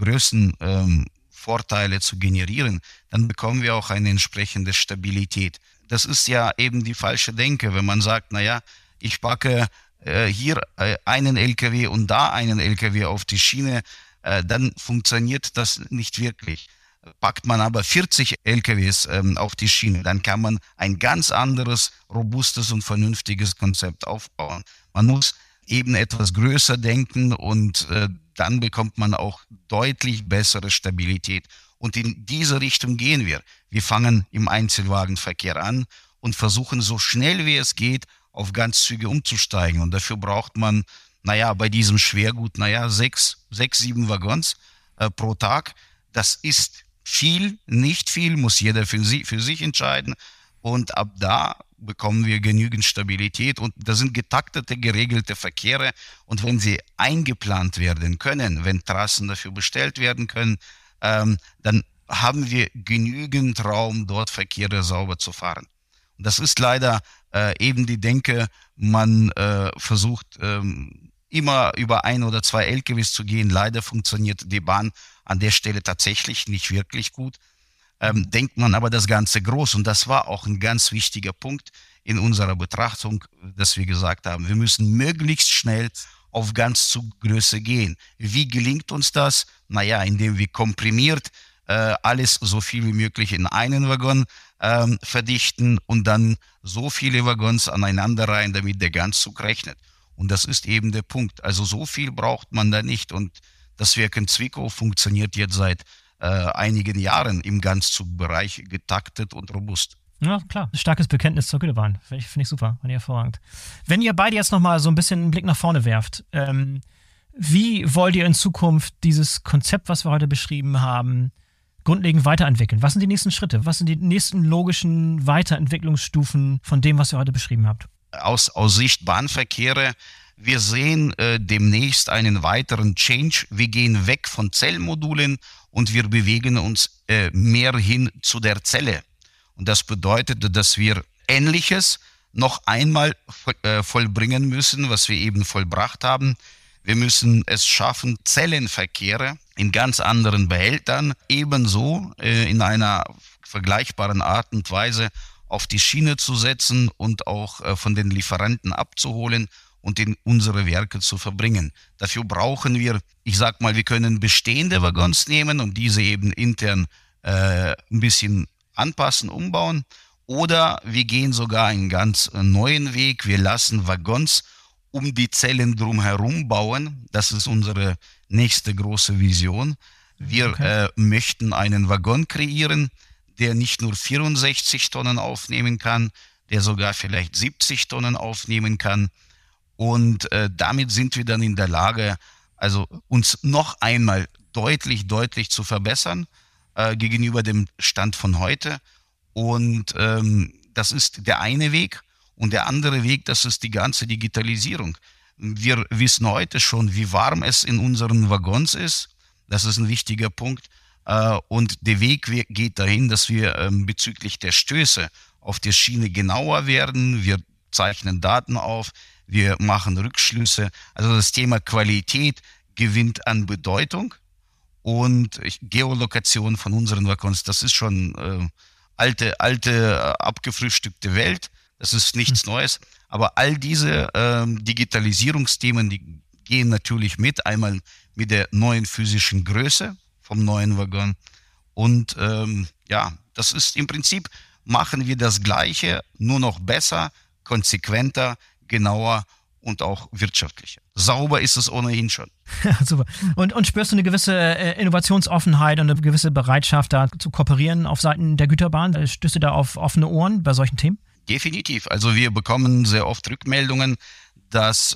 Größenvorteile zu generieren, dann bekommen wir auch eine entsprechende Stabilität. Das ist ja eben die falsche Denke, wenn man sagt, naja, ich packe hier einen LKW und da einen LKW auf die Schiene, dann funktioniert das nicht wirklich. Packt man aber 40 LKWs auf die Schiene, dann kann man ein ganz anderes, robustes und vernünftiges Konzept aufbauen. Man muss eben etwas größer denken und dann bekommt man auch deutlich bessere Stabilität. Und in diese Richtung gehen wir. Wir fangen im Einzelwagenverkehr an und versuchen so schnell wie es geht auf Ganzzüge umzusteigen. Und dafür braucht man, bei diesem Schwergut, 6-7 Waggons pro Tag. Das ist viel, nicht viel, muss jeder für sich entscheiden. Und ab da bekommen wir genügend Stabilität und das sind getaktete, geregelte Verkehre und wenn sie eingeplant werden können, wenn Trassen dafür bestellt werden können, dann haben wir genügend Raum, dort Verkehre sauber zu fahren. Und das ist leider eben die Denke, man versucht immer über 1 oder 2 LKWs zu gehen. Leider funktioniert die Bahn an der Stelle tatsächlich nicht wirklich gut. Denkt man aber das Ganze groß. Und das war auch ein ganz wichtiger Punkt in unserer Betrachtung, dass wir gesagt haben, wir müssen möglichst schnell auf Ganzzuggröße gehen. Wie gelingt uns das? Naja, indem wir komprimiert alles so viel wie möglich in einen Waggon verdichten und dann so viele Waggons aneinander rein, damit der Ganzzug rechnet. Und das ist eben der Punkt. Also so viel braucht man da nicht. Und das Werk in Zwickau funktioniert jetzt seit einigen Jahren im Ganzzugbereich getaktet und robust. Ja, klar. Starkes Bekenntnis zur Gütebahn. Finde ich super, finde ich hervorragend. Wenn ihr beide jetzt nochmal so ein bisschen einen Blick nach vorne werft, wie wollt ihr in Zukunft dieses Konzept, was wir heute beschrieben haben, grundlegend weiterentwickeln? Was sind die nächsten Schritte? Was sind die nächsten logischen Weiterentwicklungsstufen von dem, was ihr heute beschrieben habt? Aus Sicht Bahnverkehre, wir sehen demnächst einen weiteren Change. Wir gehen weg von Zellmodulen und wir bewegen uns mehr hin zu der Zelle. Und das bedeutet, dass wir Ähnliches noch einmal vollbringen müssen, was wir eben vollbracht haben. Wir müssen es schaffen, Zellenverkehre in ganz anderen Behältern ebenso in einer vergleichbaren Art und Weise auf die Schiene zu setzen und auch von den Lieferanten abzuholen und in unsere Werke zu verbringen. Dafür brauchen wir, ich sag mal, wir können bestehende Waggons nehmen und diese eben intern ein bisschen anpassen, umbauen. Oder wir gehen sogar einen ganz neuen Weg. Wir lassen Waggons um die Zellen drumherum bauen. Das ist unsere nächste große Vision. Wir möchten einen Waggon kreieren, der nicht nur 64 Tonnen aufnehmen kann, der sogar vielleicht 70 Tonnen aufnehmen kann. Und damit sind wir dann in der Lage, also uns noch einmal deutlich zu verbessern gegenüber dem Stand von heute. Und das ist der eine Weg. Und der andere Weg, das ist die ganze Digitalisierung. Wir wissen heute schon, wie warm es in unseren Waggons ist. Das ist ein wichtiger Punkt. Und der Weg geht dahin, dass wir bezüglich der Stöße auf der Schiene genauer werden. Wir zeichnen Daten auf, wir machen Rückschlüsse. Also das Thema Qualität gewinnt an Bedeutung. Und Geolokation von unseren Waggons, das ist schon alte abgefrühstückte Welt. Das ist nichts Neues. Aber all diese Digitalisierungsthemen, die gehen natürlich mit. Einmal mit der neuen physischen Größe vom neuen Waggon. Und das ist im Prinzip, machen wir das Gleiche, nur noch besser, konsequenter, genauer und auch wirtschaftlicher. Sauber ist es ohnehin schon. Ja, super. Und spürst du eine gewisse Innovationsoffenheit und eine gewisse Bereitschaft, da zu kooperieren auf Seiten der Güterbahn? Stößt du da auf offene Ohren bei solchen Themen? Definitiv. Also wir bekommen sehr oft Rückmeldungen, dass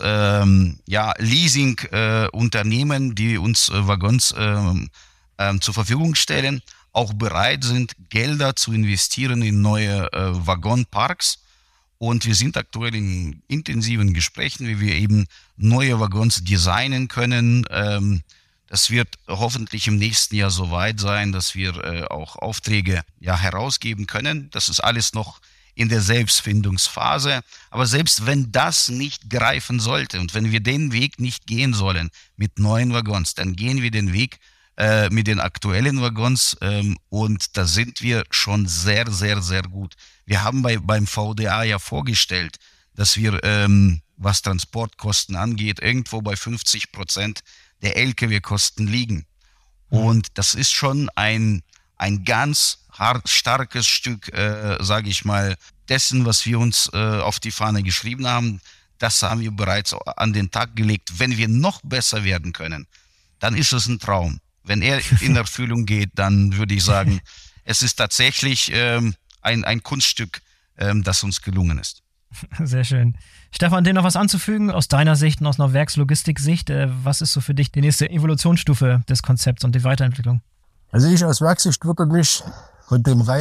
Leasing-Unternehmen, die uns Waggons zur Verfügung stellen, auch bereit sind, Gelder zu investieren in neue Waggonparks. Und wir sind aktuell in intensiven Gesprächen, wie wir eben neue Waggons designen können. Das wird hoffentlich im nächsten Jahr soweit sein, dass wir auch Aufträge herausgeben können. Das ist alles noch in der Selbstfindungsphase. Aber selbst wenn das nicht greifen sollte und wenn wir den Weg nicht gehen sollen mit neuen Waggons, dann gehen wir den Weg mit den aktuellen Waggons und da sind wir schon sehr gut. Wir haben beim VDA ja vorgestellt, dass wir, was Transportkosten angeht, irgendwo bei 50% der Lkw-Kosten liegen. Und das ist schon ein ganz starkes Stück, sage ich mal, dessen, was wir uns auf die Fahne geschrieben haben. Das haben wir bereits an den Tag gelegt. Wenn wir noch besser werden können, dann ist es ein Traum. Wenn er in Erfüllung geht, dann würde ich sagen, es ist tatsächlich ein Kunststück, das uns gelungen ist. Sehr schön. Stefan, dem noch was anzufügen aus deiner Sicht und aus einer Werkslogistik-Sicht? Was ist so für dich die nächste Evolutionsstufe des Konzepts und die Weiterentwicklung? Also ich aus Werksicht würde mich von dem reinen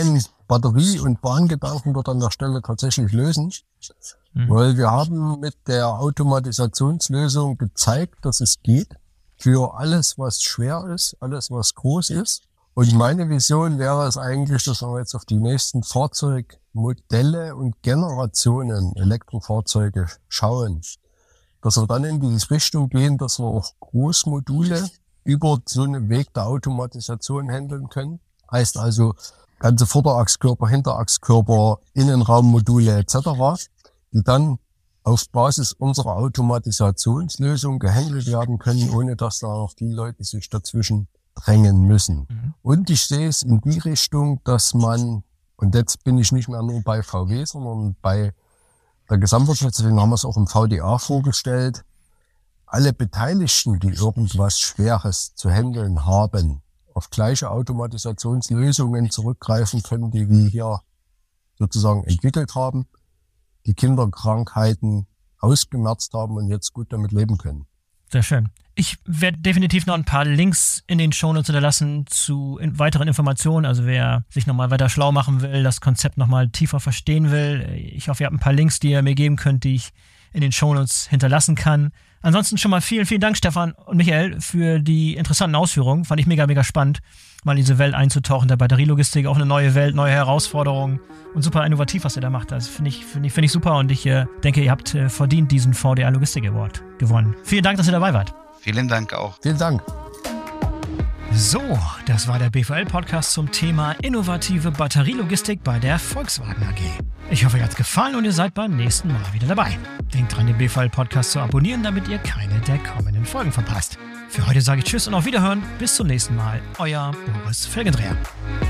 Batterie- und Bahngedanken dort an der Stelle tatsächlich lösen. Weil wir haben mit der Automatisationslösung gezeigt, dass es geht für alles, was schwer ist, alles, was groß ist. Und meine Vision wäre es eigentlich, dass wir jetzt auf die nächsten Fahrzeugmodelle und Generationen Elektrofahrzeuge schauen. Dass wir dann in die Richtung gehen, dass wir auch Großmodule über so einen Weg der Automatisation handeln können. Heißt also ganze Vorderachskörper, Hinterachskörper, Innenraummodule etc., die dann auf Basis unserer Automatisationslösung gehandelt werden können, ohne dass da noch die Leute sich dazwischen drängen müssen. Und ich sehe es in die Richtung, dass man, und jetzt bin ich nicht mehr nur bei VW, sondern bei der Gesamtwirtschaft, deswegen haben wir es auch im VDA vorgestellt, alle Beteiligten, die irgendwas Schweres zu handeln haben, auf gleiche Automatisationslösungen zurückgreifen können, die wir hier sozusagen entwickelt haben, die Kinderkrankheiten ausgemerzt haben und jetzt gut damit leben können. Sehr schön. Ich werde definitiv noch ein paar Links in den Shownotes hinterlassen zu weiteren Informationen. Also wer sich nochmal weiter schlau machen will, das Konzept nochmal tiefer verstehen will. Ich hoffe, ihr habt ein paar Links, die ihr mir geben könnt, die ich in den Shownotes hinterlassen kann. Ansonsten schon mal vielen, vielen Dank, Stefan und Michael, für die interessanten Ausführungen. Fand ich mega, mega spannend, mal in diese Welt einzutauchen, der Batterielogistik, auch eine neue Welt, neue Herausforderungen und super innovativ, was ihr da macht. Das finde ich super und ich denke, ihr habt verdient diesen VDA Logistik Award gewonnen. Vielen Dank, dass ihr dabei wart. Vielen Dank auch. Vielen Dank. So, das war der BVL-Podcast zum Thema innovative Batterielogistik bei der Volkswagen AG. Ich hoffe, euch hat's gefallen und ihr seid beim nächsten Mal wieder dabei. Denkt dran, den BVL-Podcast zu abonnieren, damit ihr keine der kommenden Folgen verpasst. Für heute sage ich Tschüss und auf Wiederhören. Bis zum nächsten Mal. Euer Boris Felgendreher.